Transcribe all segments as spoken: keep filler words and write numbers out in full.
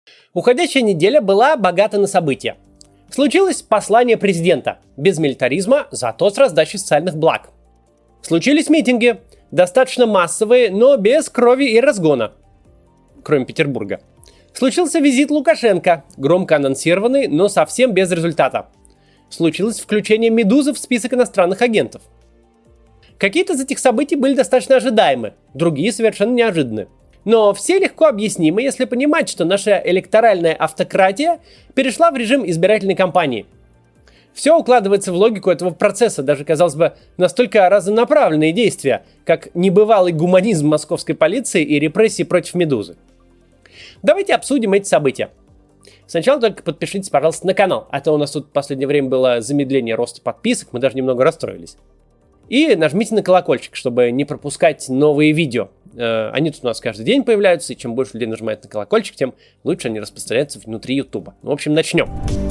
Уходящая неделя была богата на события. Случилось послание президента. Без милитаризма, зато с раздачей социальных благ. Случились митинги. Достаточно массовые, но без крови и разгона. Кроме Петербурга. Случился визит Лукашенко. Громко анонсированный, но совсем без результата. Случилось включение «Медузы» в список иностранных агентов. Какие-то из этих событий были достаточно ожидаемы, другие совершенно неожиданны. Но все легко объяснимы, если понимать, что наша электоральная автократия перешла в режим избирательной кампании. Все укладывается в логику этого процесса, даже, казалось бы, настолько разнонаправленные действия, как небывалый гуманизм московской полиции и репрессии против «Медузы». Давайте обсудим эти события. Сначала только подпишитесь, пожалуйста, на канал, а то у нас тут в последнее время было замедление роста подписок, мы даже немного расстроились. И нажмите на колокольчик, чтобы не пропускать новые видео. Они тут у нас каждый день появляются, и чем больше людей нажимает на колокольчик, тем лучше они распространяются внутри Ютуба. В общем, начнем.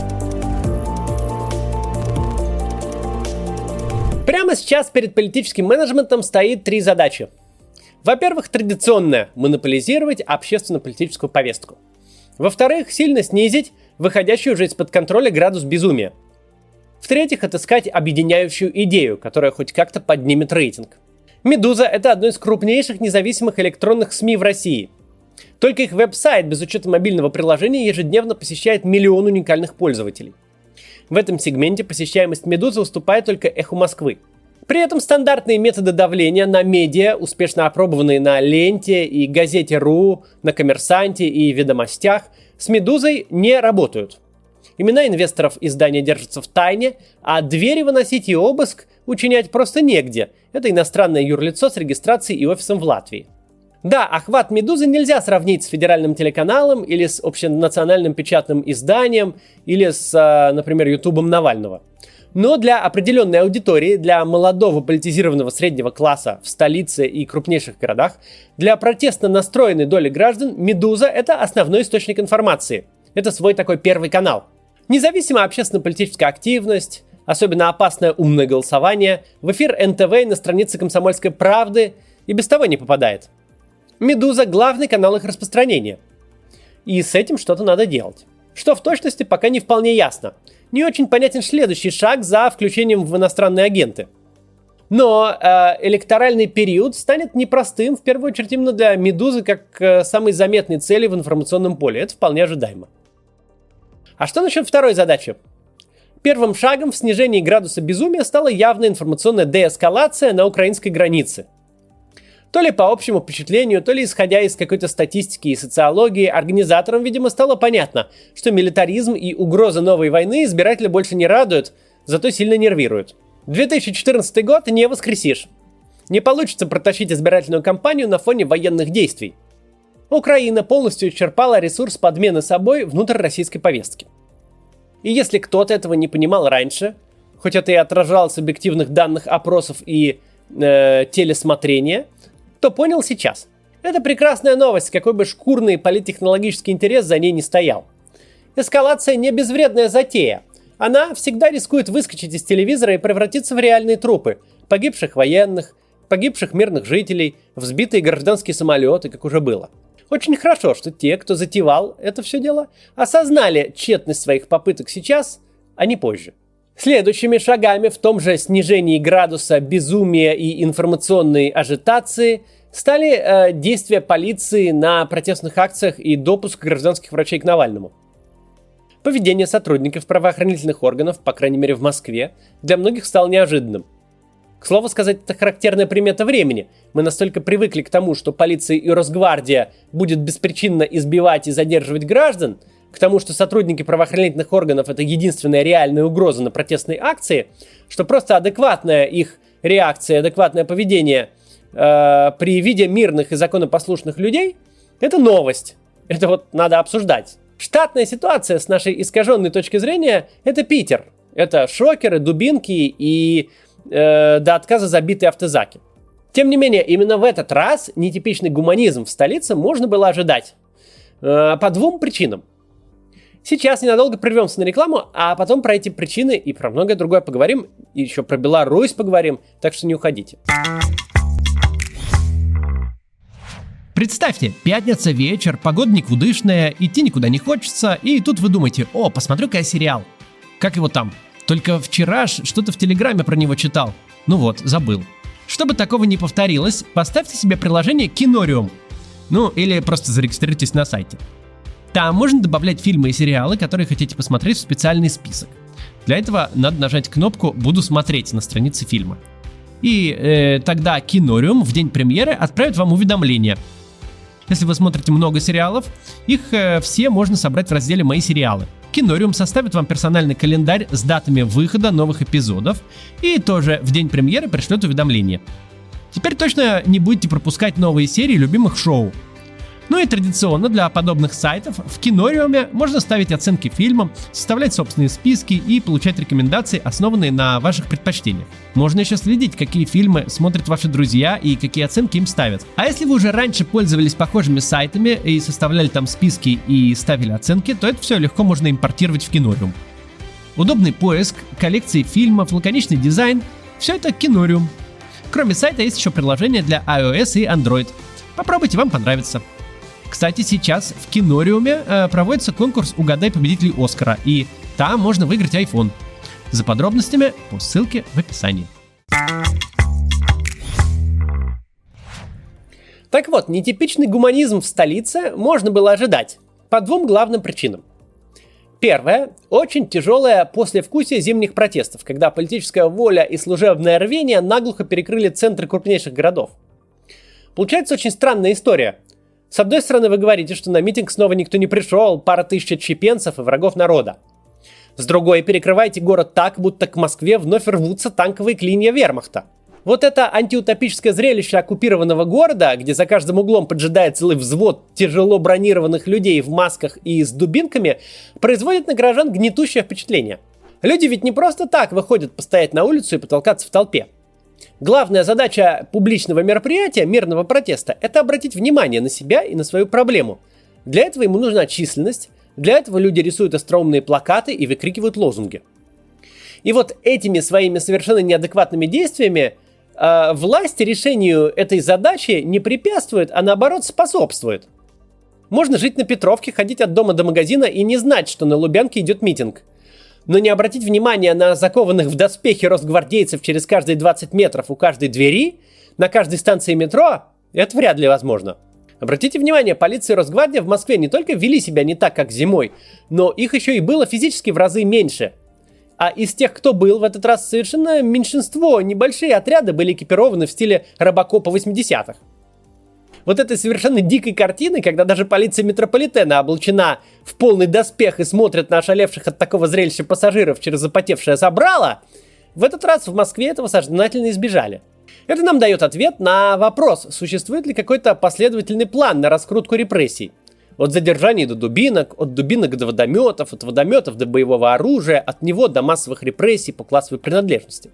Прямо сейчас перед политическим менеджментом стоит три задачи. Во-первых, традиционная – монополизировать общественно-политическую повестку. Во-вторых, сильно снизить выходящий уже из-под контроля градус безумия. В-третьих, отыскать объединяющую идею, которая хоть как-то поднимет рейтинг. «Медуза» — это одно из крупнейших независимых электронных СМИ в России. Только их веб-сайт без учета мобильного приложения ежедневно посещает миллион уникальных пользователей. В этом сегменте посещаемость «Медузы» уступает только «Эху Москвы». При этом стандартные методы давления на медиа, успешно опробованные на «Ленте» и «Газете.ру», на «Коммерсанте» и «Ведомостях», с «Медузой» не работают. Имена инвесторов издания держатся в тайне, а двери выносить и обыск учинять просто негде. Это иностранное юрлицо с регистрацией и офисом в Латвии. Да, охват «Медузы» нельзя сравнить с федеральным телеканалом или с общенациональным печатным изданием или с, например, ютубом Навального. Но для определенной аудитории, для молодого политизированного среднего класса в столице и крупнейших городах, для протестно настроенной доли граждан «Медуза» — это основной источник информации. Это свой такой первый канал. Независимая общественно-политическая активность, особенно опасное умное голосование, в эфир эн тэ вэ и на странице «Комсомольской правды» и без того не попадает. «Медуза» — главный канал их распространения. И с этим что-то надо делать. Что в точности пока не вполне ясно. Не очень понятен следующий шаг за включением в иностранные агенты. Но э, электоральный период станет непростым, в первую очередь именно для «Медузы», как э, самой заметной цели в информационном поле. Это вполне ожидаемо. А что насчет второй задачи? Первым шагом в снижении градуса безумия стала явная информационная деэскалация на украинской границе. То ли по общему впечатлению, то ли исходя из какой-то статистики и социологии, организаторам, видимо, стало понятно, что милитаризм и угроза новой войны избирателя больше не радуют, зато сильно нервируют. две тысячи четырнадцатый год не воскресишь. Не получится протащить избирательную кампанию на фоне военных действий. Украина полностью исчерпала ресурс подмены собой внутрироссийской повестки. И если кто-то этого не понимал раньше, хоть это и отражалось в объективных данных опросов и э, телесмотрения, то понял сейчас. Это прекрасная новость, какой бы шкурный политтехнологический интерес за ней не стоял. Эскалация не безвредная затея. Она всегда рискует выскочить из телевизора и превратиться в реальные трупы погибших военных, погибших мирных жителей, взбитые гражданские самолеты, как уже было. Очень хорошо, что те, кто затевал это все дело, осознали тщетность своих попыток сейчас, а не позже. Следующими шагами в том же снижении градуса безумия и информационной ажитации стали э, действия полиции на протестных акциях и допуск гражданских врачей к Навальному. Поведение сотрудников правоохранительных органов, по крайней мере в Москве, для многих стало неожиданным. К слову сказать, это характерная примета времени. Мы настолько привыкли к тому, что полиция и Росгвардия будет беспричинно избивать и задерживать граждан, к тому, что сотрудники правоохранительных органов – это единственная реальная угроза на протестной акции, что просто адекватная их реакция, адекватное поведение э, при виде мирных и законопослушных людей – это новость. Это вот надо обсуждать. Штатная ситуация с нашей искаженной точки зрения – это Питер. Это шокеры, дубинки и э, до отказа забитые автозаки. Тем не менее, именно в этот раз нетипичный гуманизм в столице можно было ожидать. Э, по двум причинам. Сейчас ненадолго прервемся на рекламу, а потом про эти причины и про многое другое поговорим. И еще про Беларусь поговорим, так что не уходите. Представьте, пятница, вечер, погода никудышная, идти никуда не хочется, и тут вы думаете: о, посмотрю-ка я сериал. Как его там? Только вчера ж что-то в Телеграме про него читал. Ну вот, забыл. Чтобы такого не повторилось, поставьте себе приложение Кинориум. Ну, или просто зарегистрируйтесь на сайте. Там можно добавлять фильмы и сериалы, которые хотите посмотреть, в специальный список. Для этого надо нажать кнопку «Буду смотреть» на странице фильма. И э, тогда Кинориум в день премьеры отправит вам уведомление. Если вы смотрите много сериалов, их э, все можно собрать в разделе «Мои сериалы». Кинориум составит вам персональный календарь с датами выхода новых эпизодов и тоже в день премьеры пришлет уведомление. Теперь точно не будете пропускать новые серии любимых шоу. Ну и традиционно для подобных сайтов в Кинориуме можно ставить оценки фильмам, составлять собственные списки и получать рекомендации, основанные на ваших предпочтениях. Можно еще следить, какие фильмы смотрят ваши друзья и какие оценки им ставят. А если вы уже раньше пользовались похожими сайтами и составляли там списки и ставили оценки, то это все легко можно импортировать в Кинориум. Удобный поиск, коллекции фильмов, лаконичный дизайн – все это Кинориум. Кроме сайта есть еще приложение для iOS и Android. Попробуйте, вам понравится. Кстати, сейчас в Кинориуме э, проводится конкурс «Угадай победителей Оскара», и там можно выиграть iPhone. За подробностями по ссылке в описании. Так вот, нетипичный гуманизм в столице можно было ожидать по двум главным причинам. Первое – очень тяжелое послевкусие зимних протестов, когда политическая воля и служебное рвение наглухо перекрыли центры крупнейших городов. Получается очень странная история. С одной стороны, вы говорите, что на митинг снова никто не пришел, пара тысяч отщепенцев и врагов народа. С другой, перекрываете город так, будто к Москве вновь рвутся танковые клинья вермахта. Вот это антиутопическое зрелище оккупированного города, где за каждым углом поджидает целый взвод тяжело бронированных людей в масках и с дубинками, производит на горожан гнетущее впечатление. Люди ведь не просто так выходят постоять на улицу и потолкаться в толпе. Главная задача публичного мероприятия, мирного протеста, это обратить внимание на себя и на свою проблему. Для этого ему нужна численность, для этого люди рисуют остроумные плакаты и выкрикивают лозунги. И вот этими своими совершенно неадекватными действиями э, власть решению этой задачи не препятствует, а наоборот способствует. Можно жить на Петровке, ходить от дома до магазина и не знать, что на Лубянке идет митинг. Но не обратить внимания на закованных в доспехи росгвардейцев через каждые двадцать метров у каждой двери, на каждой станции метро, это вряд ли возможно. Обратите внимание, полиция и Росгвардия в Москве не только вели себя не так, как зимой, но их еще и было физически в разы меньше. А из тех, кто был в этот раз, совершенно меньшинство, небольшие отряды были экипированы в стиле робокопа восьмидесятых. Вот этой совершенно дикой картины, когда даже полиция метрополитена облачена в полный доспех и смотрит на ошалевших от такого зрелища пассажиров через запотевшее забрало, в этот раз в Москве этого сознательно избежали. Это нам дает ответ на вопрос, существует ли какой-то последовательный план на раскрутку репрессий. От задержаний до дубинок, от дубинок до водометов, от водометов до боевого оружия, от него до массовых репрессий по классовой принадлежности.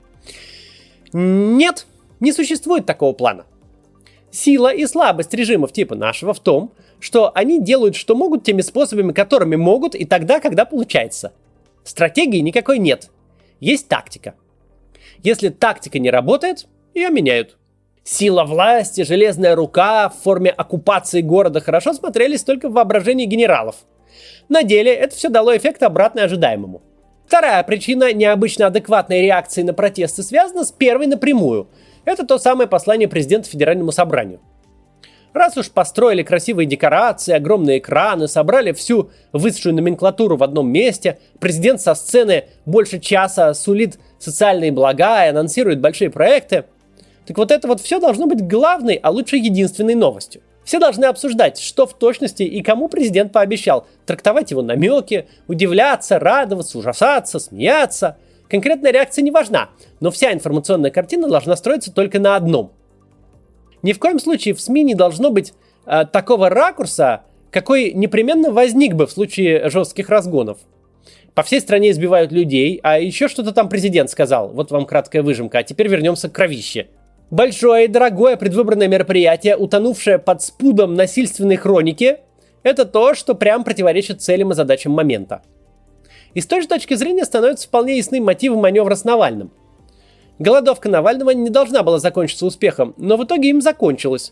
Нет, не существует такого плана. Сила и слабость режимов типа нашего в том, что они делают, что могут, теми способами, которыми могут, и тогда, когда получается. Стратегии никакой нет. Есть тактика. Если тактика не работает, ее меняют. Сила власти, железная рука в форме оккупации города хорошо смотрелись только в воображении генералов. На деле это все дало эффект обратный ожидаемому. Вторая причина необычно адекватной реакции на протесты связана с первой напрямую. Это то самое послание президента Федеральному собранию. Раз уж построили красивые декорации, огромные экраны, собрали всю высшую номенклатуру в одном месте, президент со сцены больше часа сулит социальные блага и анонсирует большие проекты, так вот это вот все должно быть главной, а лучше единственной новостью. Все должны обсуждать, что в точности и кому президент пообещал, трактовать его намеки, удивляться, радоваться, ужасаться, смеяться. Конкретная реакция не важна, но вся информационная картина должна строиться только на одном. Ни в коем случае в СМИ не должно быть э, такого ракурса, какой непременно возник бы в случае жестких разгонов. По всей стране избивают людей, а еще что-то там президент сказал. Вот вам краткая выжимка, а теперь вернемся к кровище. Большое и дорогое предвыборное мероприятие, утонувшее под спудом насильственной хроники, это то, что прям противоречит целям и задачам момента. И с той же точки зрения становится вполне ясным мотивом маневра с Навальным. Голодовка Навального не должна была закончиться успехом, но в итоге им закончилась.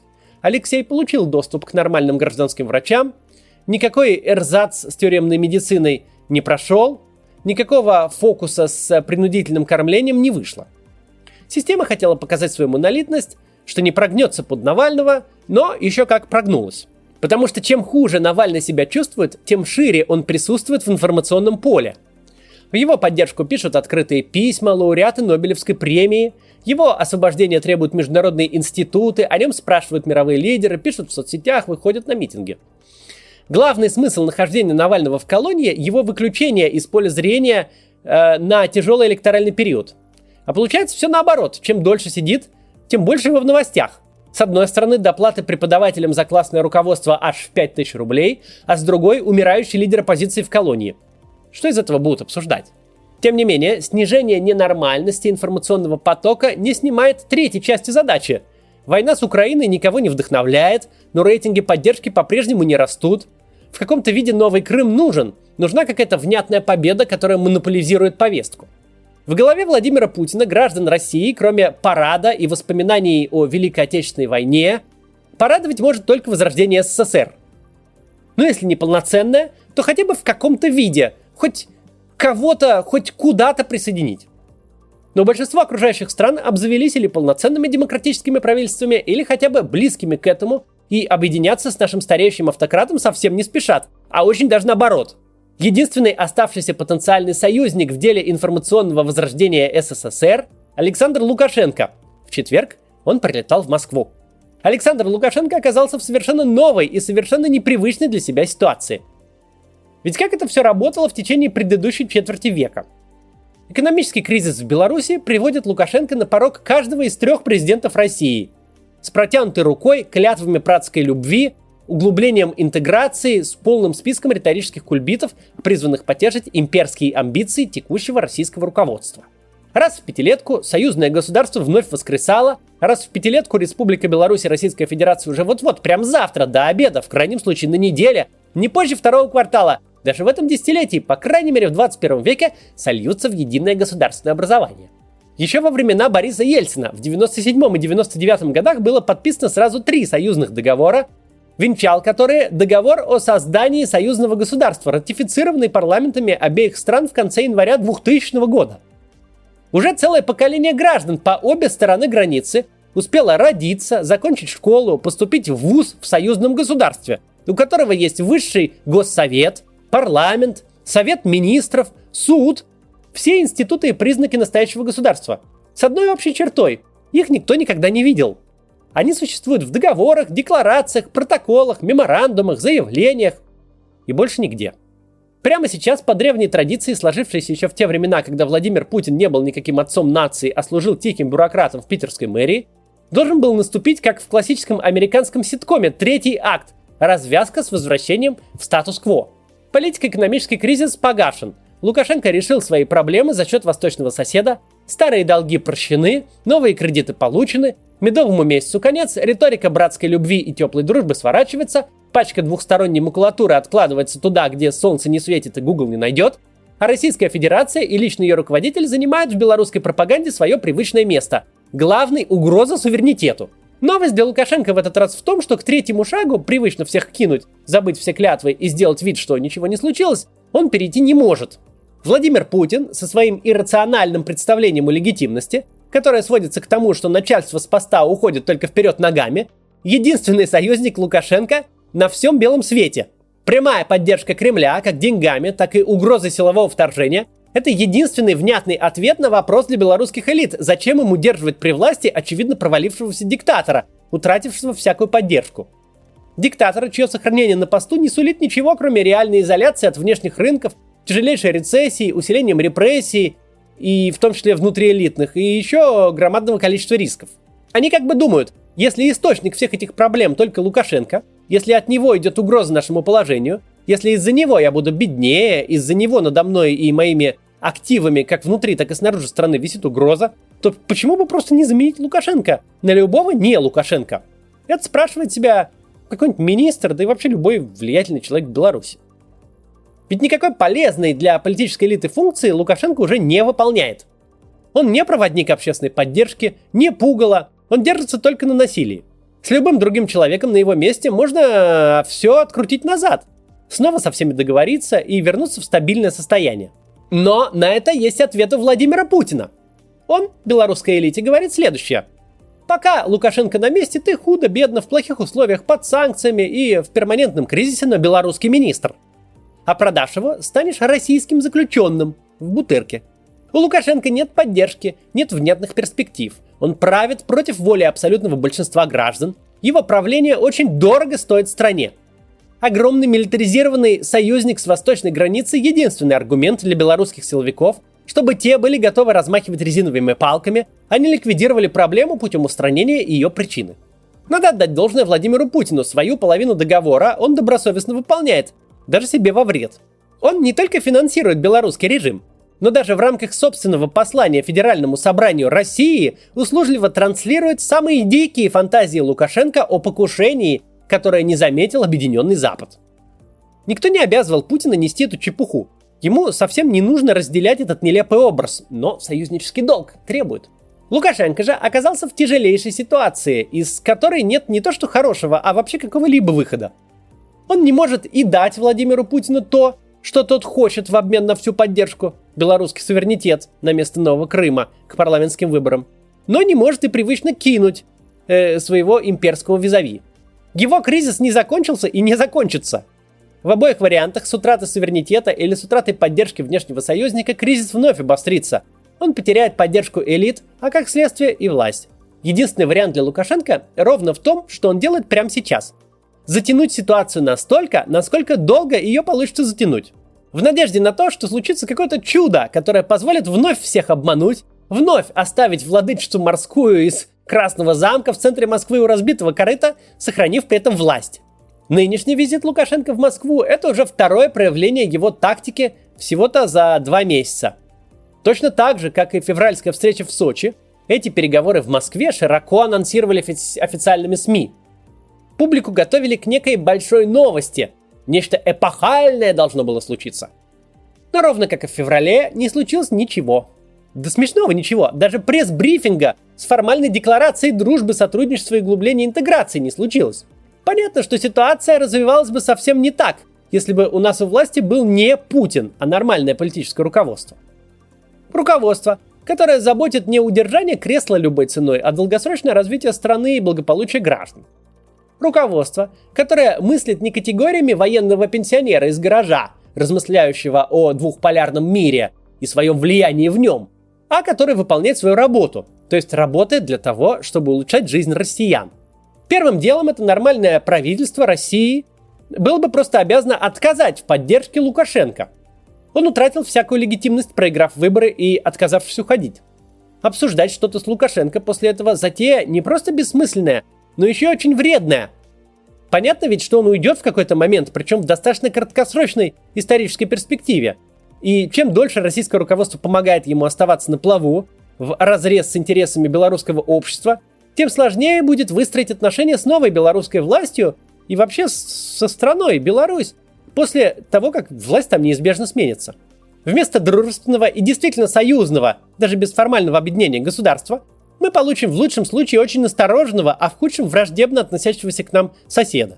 Алексей получил доступ к нормальным гражданским врачам, никакой эрзац с тюремной медициной не прошел, никакого фокуса с принудительным кормлением не вышло. Система хотела показать свою монолитность, что не прогнется под Навального, но еще как прогнулась. Потому что чем хуже Навальный себя чувствует, тем шире он присутствует в информационном поле. В его поддержку пишут открытые письма лауреаты Нобелевской премии, его освобождение требуют международные институты, о нем спрашивают мировые лидеры, пишут в соцсетях, выходят на митинги. Главный смысл нахождения Навального в колонии – его выключение из поля зрения э, на тяжелый электоральный период. А получается все наоборот. Чем дольше сидит, тем больше его в новостях. С одной стороны, доплаты преподавателям за классное руководство аж в пять тысяч рублей, а с другой – умирающий лидер оппозиции в колонии. Что из этого будут обсуждать? Тем не менее, снижение ненормальности информационного потока не снимает третьей части задачи. Война с Украиной никого не вдохновляет, но рейтинги поддержки по-прежнему не растут. В каком-то виде новый Крым нужен. Нужна какая-то внятная победа, которая монополизирует повестку. В голове Владимира Путина, граждан России, кроме парада и воспоминаний о Великой Отечественной войне, порадовать может только возрождение СССР. Но если не полноценное, то хотя бы в каком-то виде, хоть кого-то, хоть куда-то присоединить. Но большинство окружающих стран обзавелись или полноценными демократическими правительствами, или хотя бы близкими к этому, и объединяться с нашим стареющим автократом совсем не спешат, а очень даже наоборот. Единственный оставшийся потенциальный союзник в деле информационного возрождения СССР – Александр Лукашенко. В четверг он прилетал в Москву. Александр Лукашенко оказался в совершенно новой и совершенно непривычной для себя ситуации. Ведь как это все работало в течение предыдущей четверти века? Экономический кризис в Беларуси приводит Лукашенко на порог каждого из трех президентов России. С протянутой рукой, клятвами братской любви, углублением интеграции с полным списком риторических кульбитов, призванных потешить имперские амбиции текущего российского руководства. Раз в пятилетку союзное государство вновь воскресало, раз в пятилетку Республика Беларусь и Российская Федерация уже вот-вот, прям завтра, до обеда, в крайнем случае на неделе, не позже второго квартала, даже в этом десятилетии, по крайней мере в двадцать первом веке, сольются в единое государственное образование. Еще во времена Бориса Ельцина в девяносто седьмом и девяносто девятом годах было подписано сразу три союзных договора, венчал которые договор о создании союзного государства, ратифицированный парламентами обеих стран в конце января двухтысячного года. Уже целое поколение граждан по обе стороны границы успело родиться, закончить школу, поступить в вуз в союзном государстве, у которого есть высший госсовет, парламент, совет министров, суд, все институты и признаки настоящего государства. С одной общей чертой – их никто никогда не видел. Они существуют в договорах, декларациях, протоколах, меморандумах, заявлениях и больше нигде. Прямо сейчас, по древней традиции, сложившейся еще в те времена, когда Владимир Путин не был никаким отцом нации, а служил тихим бюрократом в питерской мэрии, должен был наступить, как в классическом американском ситкоме, третий акт – развязка с возвращением в статус-кво. Политико-экономический кризис погашен. Лукашенко решил свои проблемы за счет восточного соседа, старые долги прощены, новые кредиты получены, медовому месяцу конец, риторика братской любви и теплой дружбы сворачивается, пачка двухсторонней макулатуры откладывается туда, где солнце не светит и Google не найдет, а Российская Федерация и лично ее руководитель занимают в белорусской пропаганде свое привычное место – главной угроза суверенитету. Новость для Лукашенко в этот раз в том, что к третьему шагу, привычно всех кинуть, забыть все клятвы и сделать вид, что ничего не случилось, он перейти не может. Владимир Путин со своим иррациональным представлением о легитимности, которое сводится к тому, что начальство с поста уходит только вперед ногами, единственный союзник Лукашенко на всем белом свете. Прямая поддержка Кремля как деньгами, так и угрозой силового вторжения – это единственный внятный ответ на вопрос для белорусских элит, зачем им удерживать при власти очевидно провалившегося диктатора, утратившего всякую поддержку. Диктатора, чье сохранение на посту не сулит ничего, кроме реальной изоляции от внешних рынков, тяжелейшей рецессии, усилением репрессий, и в том числе внутриэлитных, и еще громадного количества рисков. Они как бы думают, если источник всех этих проблем только Лукашенко, если от него идет угроза нашему положению, если из-за него я буду беднее, из-за него надо мной и моими активами как внутри, так и снаружи страны висит угроза, то почему бы просто не заменить Лукашенко на любого не Лукашенко? Это спрашивает себя какой-нибудь министр, да и вообще любой влиятельный человек в Беларуси. Ведь никакой полезной для политической элиты функции Лукашенко уже не выполняет. Он не проводник общественной поддержки, не пугало, он держится только на насилии. С любым другим человеком на его месте можно все открутить назад, снова со всеми договориться и вернуться в стабильное состояние. Но на это есть ответ у Владимира Путина. Он белорусской элите говорит следующее. Пока Лукашенко на месте, ты худо-бедно в плохих условиях под санкциями и в перманентном кризисе, но белорусский министр. А продашь его, станешь российским заключенным в Бутырке. У Лукашенко нет поддержки, нет внятных перспектив. Он правит против воли абсолютного большинства граждан. Его правление очень дорого стоит стране. Огромный милитаризированный союзник с восточной границы – единственный аргумент для белорусских силовиков, чтобы те были готовы размахивать резиновыми палками, а не ликвидировали проблему путем устранения ее причины. Надо отдать должное Владимиру Путину. Свою половину договора он добросовестно выполняет, даже себе во вред. Он не только финансирует белорусский режим, но даже в рамках собственного послания Федеральному собранию России услужливо транслирует самые дикие фантазии Лукашенко о покушении, которое не заметил Объединенный Запад. Никто не обязывал Путина нести эту чепуху. Ему совсем не нужно разделять этот нелепый образ, но союзнический долг требует. Лукашенко же оказался в тяжелейшей ситуации, из которой нет не то что хорошего, а вообще какого-либо выхода. Он не может и дать Владимиру Путину то, что тот хочет в обмен на всю поддержку, белорусский суверенитет на место нового Крыма к парламентским выборам, но не может и привычно кинуть э, своего имперского визави. Его кризис не закончился и не закончится. В обоих вариантах, с утратой суверенитета или с утратой поддержки внешнего союзника, кризис вновь обострится. Он потеряет поддержку элит, а как следствие и власть. Единственный вариант для Лукашенко ровно в том, что он делает прямо сейчас. Затянуть ситуацию настолько, насколько долго ее получится затянуть. В надежде на то, что случится какое-то чудо, которое позволит вновь всех обмануть, вновь оставить владычицу морскую из Красного замка в центре Москвы у разбитого корыта, сохранив при этом власть. Нынешний визит Лукашенко в Москву – это уже второе проявление его тактики всего-то за два месяца. Точно так же, как и февральская встреча в Сочи, эти переговоры в Москве широко анонсировали офи- официальными СМИ. Публику готовили к некой большой новости. Нечто эпохальное должно было случиться. Но ровно как и в феврале, не случилось ничего. Да смешного ничего. Даже пресс-брифинга с формальной декларацией дружбы, сотрудничества и углубления интеграции не случилось. Понятно, что ситуация развивалась бы совсем не так, если бы у нас у власти был не Путин, а нормальное политическое руководство. Руководство, которое заботит не удержание кресла любой ценой, а долгосрочное развитие страны и благополучие граждан. Руководство, которое мыслит не категориями военного пенсионера из гаража, размышляющего о двухполярном мире и своем влиянии в нем, а которое выполняет свою работу, то есть работает для того, чтобы улучшать жизнь россиян. Первым делом это нормальное правительство России было бы просто обязано отказать в поддержке Лукашенко. Он утратил всякую легитимность, проиграв выборы и отказавшись уходить. Обсуждать что-то с Лукашенко после этого затея не просто бессмысленная, но еще и очень вредная. Понятно ведь, что он уйдет в какой-то момент, причем в достаточно краткосрочной исторической перспективе. И чем дольше российское руководство помогает ему оставаться на плаву, в разрез с интересами белорусского общества, тем сложнее будет выстроить отношения с новой белорусской властью и вообще со страной Беларусь после того, как власть там неизбежно сменится. Вместо дружественного и действительно союзного, даже без формального объединения государства, мы получим в лучшем случае очень настороженного, а в худшем враждебно относящегося к нам соседа.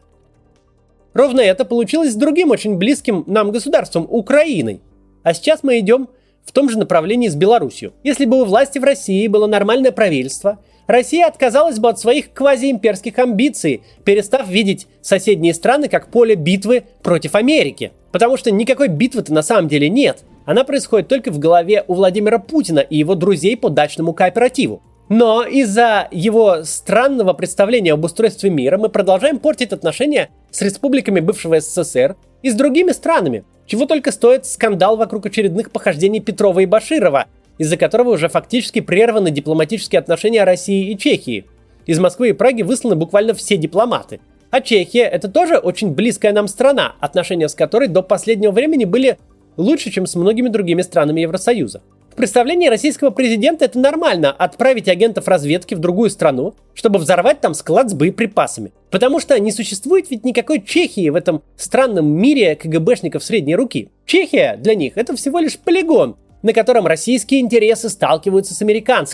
Ровно это получилось с другим очень близким нам государством – Украиной. А сейчас мы идем в том же направлении с Беларусью. Если бы у власти в России было нормальное правительство, Россия отказалась бы от своих квазиимперских амбиций, перестав видеть соседние страны как поле битвы против Америки. Потому что никакой битвы-то на самом деле нет. Она происходит только в голове у Владимира Путина и его друзей по дачному кооперативу. Но из-за его странного представления об устройстве мира мы продолжаем портить отношения с республиками бывшего СССР и с другими странами. Чего только стоит скандал вокруг очередных похождений Петрова и Баширова, из-за которого уже фактически прерваны дипломатические отношения России и Чехии. Из Москвы и Праги высланы буквально все дипломаты. А Чехия – это тоже очень близкая нам страна, отношения с которой до последнего времени были лучше, чем с многими другими странами Евросоюза. В представлении российского президента это нормально – отправить агентов разведки в другую страну, чтобы взорвать там склад с боеприпасами. Потому что не существует ведь никакой Чехии в этом странном мире КГБшников средней руки. Чехия для них – это всего лишь полигон, на котором российские интересы сталкиваются с американскими.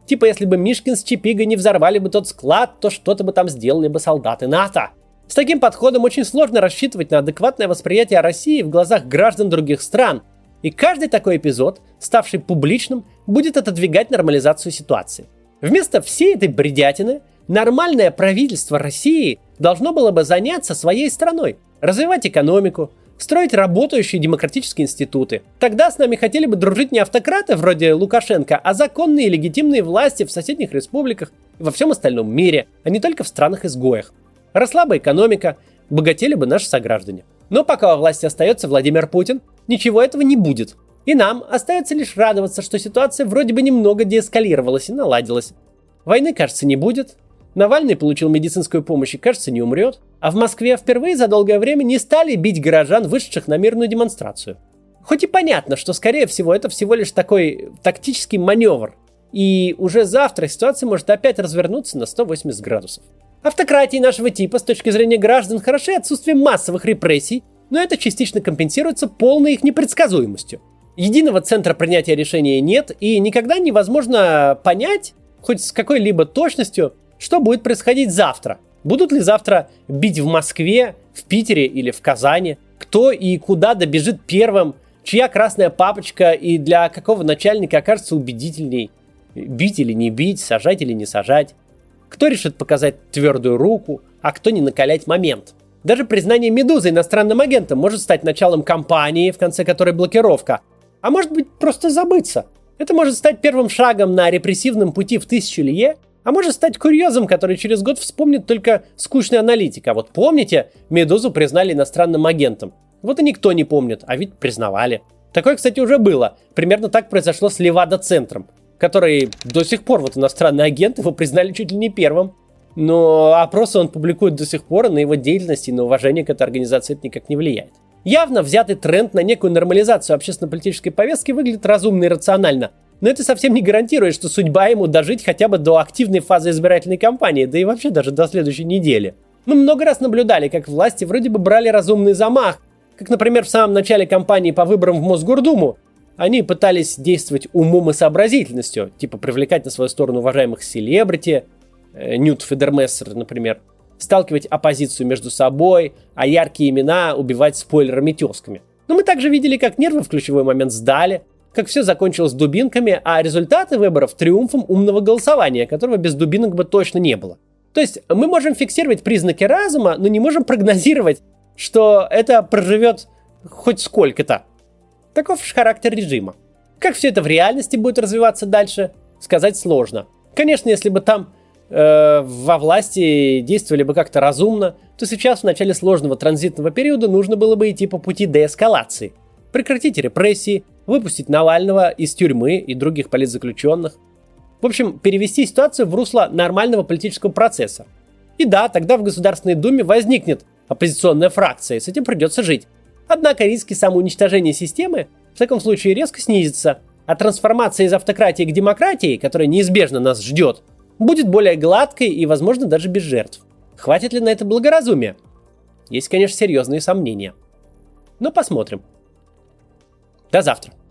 Типа, если бы Мишкин с Чипигой не взорвали бы тот склад, то что-то бы там сделали бы солдаты НАТО. С таким подходом очень сложно рассчитывать на адекватное восприятие России в глазах граждан других стран. И каждый такой эпизод, ставший публичным, будет отодвигать нормализацию ситуации. Вместо всей этой бредятины, нормальное правительство России должно было бы заняться своей страной, развивать экономику, строить работающие демократические институты. Тогда с нами хотели бы дружить не автократы вроде Лукашенко, а законные и легитимные власти в соседних республиках и во всем остальном мире, а не только в странах-изгоях. Росла бы экономика, богатели бы наши сограждане. Но пока у власти остается Владимир Путин, ничего этого не будет. И нам остается лишь радоваться, что ситуация вроде бы немного деэскалировалась и наладилась. Войны, кажется, не будет. Навальный получил медицинскую помощь и, кажется, не умрет. А в Москве впервые за долгое время не стали бить горожан, вышедших на мирную демонстрацию. Хоть и понятно, что, скорее всего, это всего лишь такой тактический маневр. И уже завтра ситуация может опять развернуться на сто восемьдесят градусов. Автократии нашего типа с точки зрения граждан хороши отсутствием массовых репрессий, но это частично компенсируется полной их непредсказуемостью. Единого центра принятия решения нет, и никогда невозможно понять, хоть с какой-либо точностью, что будет происходить завтра. Будут ли завтра бить в Москве, в Питере или в Казани? Кто и куда добежит первым? Чья красная папочка и для какого начальника окажется убедительней? Бить или не бить, сажать или не сажать? Кто решит показать твердую руку, а кто не накалять момент? Даже признание «Медузы» иностранным агентом может стать началом кампании, в конце которой блокировка. А может быть, просто забыться. Это может стать первым шагом на репрессивном пути в тысячу лье, а может стать курьезом, который через год вспомнит только скучный аналитик. А вот помните, «Медузу» признали иностранным агентом. Вот и никто не помнит, а ведь признавали. Такое, кстати, уже было. Примерно так произошло с Левада-центром, который до сих пор, вот иностранный агент, его признали чуть ли не первым. Но опросы он публикует до сих пор, и на его деятельность и на уважение к этой организации это никак не влияет. Явно взятый тренд на некую нормализацию общественно-политической повестки выглядит разумно и рационально. Но это совсем не гарантирует, что судьба ему дожить хотя бы до активной фазы избирательной кампании, да и вообще даже до следующей недели. Мы много раз наблюдали, как власти вроде бы брали разумный замах, как, например, в самом начале кампании по выборам в Мосгордуму. Они пытались действовать умом и сообразительностью, типа привлекать на свою сторону уважаемых селебрити, э, Ньют Федермессер, например, сталкивать оппозицию между собой, а яркие имена убивать спойлерами-тезками. Но мы также видели, как нервы в ключевой момент сдали, как все закончилось дубинками, а результаты выборов триумфом умного голосования, которого без дубинок бы точно не было. То есть мы можем фиксировать признаки разума, но не можем прогнозировать, что это проживет хоть сколько-то. Таков же характер режима. Как все это в реальности будет развиваться дальше, сказать сложно. Конечно, если бы там э, во власти действовали бы как-то разумно, то сейчас в начале сложного транзитного периода нужно было бы идти по пути деэскалации. Прекратить репрессии, выпустить Навального из тюрьмы и других политзаключенных. В общем, перевести ситуацию в русло нормального политического процесса. И да, тогда в Государственной Думе возникнет оппозиционная фракция, и с этим придется жить. Однако риски самоуничтожения системы в таком случае резко снизятся, а трансформация из автократии к демократии, которая неизбежно нас ждет, будет более гладкой и, возможно, даже без жертв. Хватит ли на это благоразумия? Есть, конечно, серьезные сомнения. Но посмотрим. До завтра.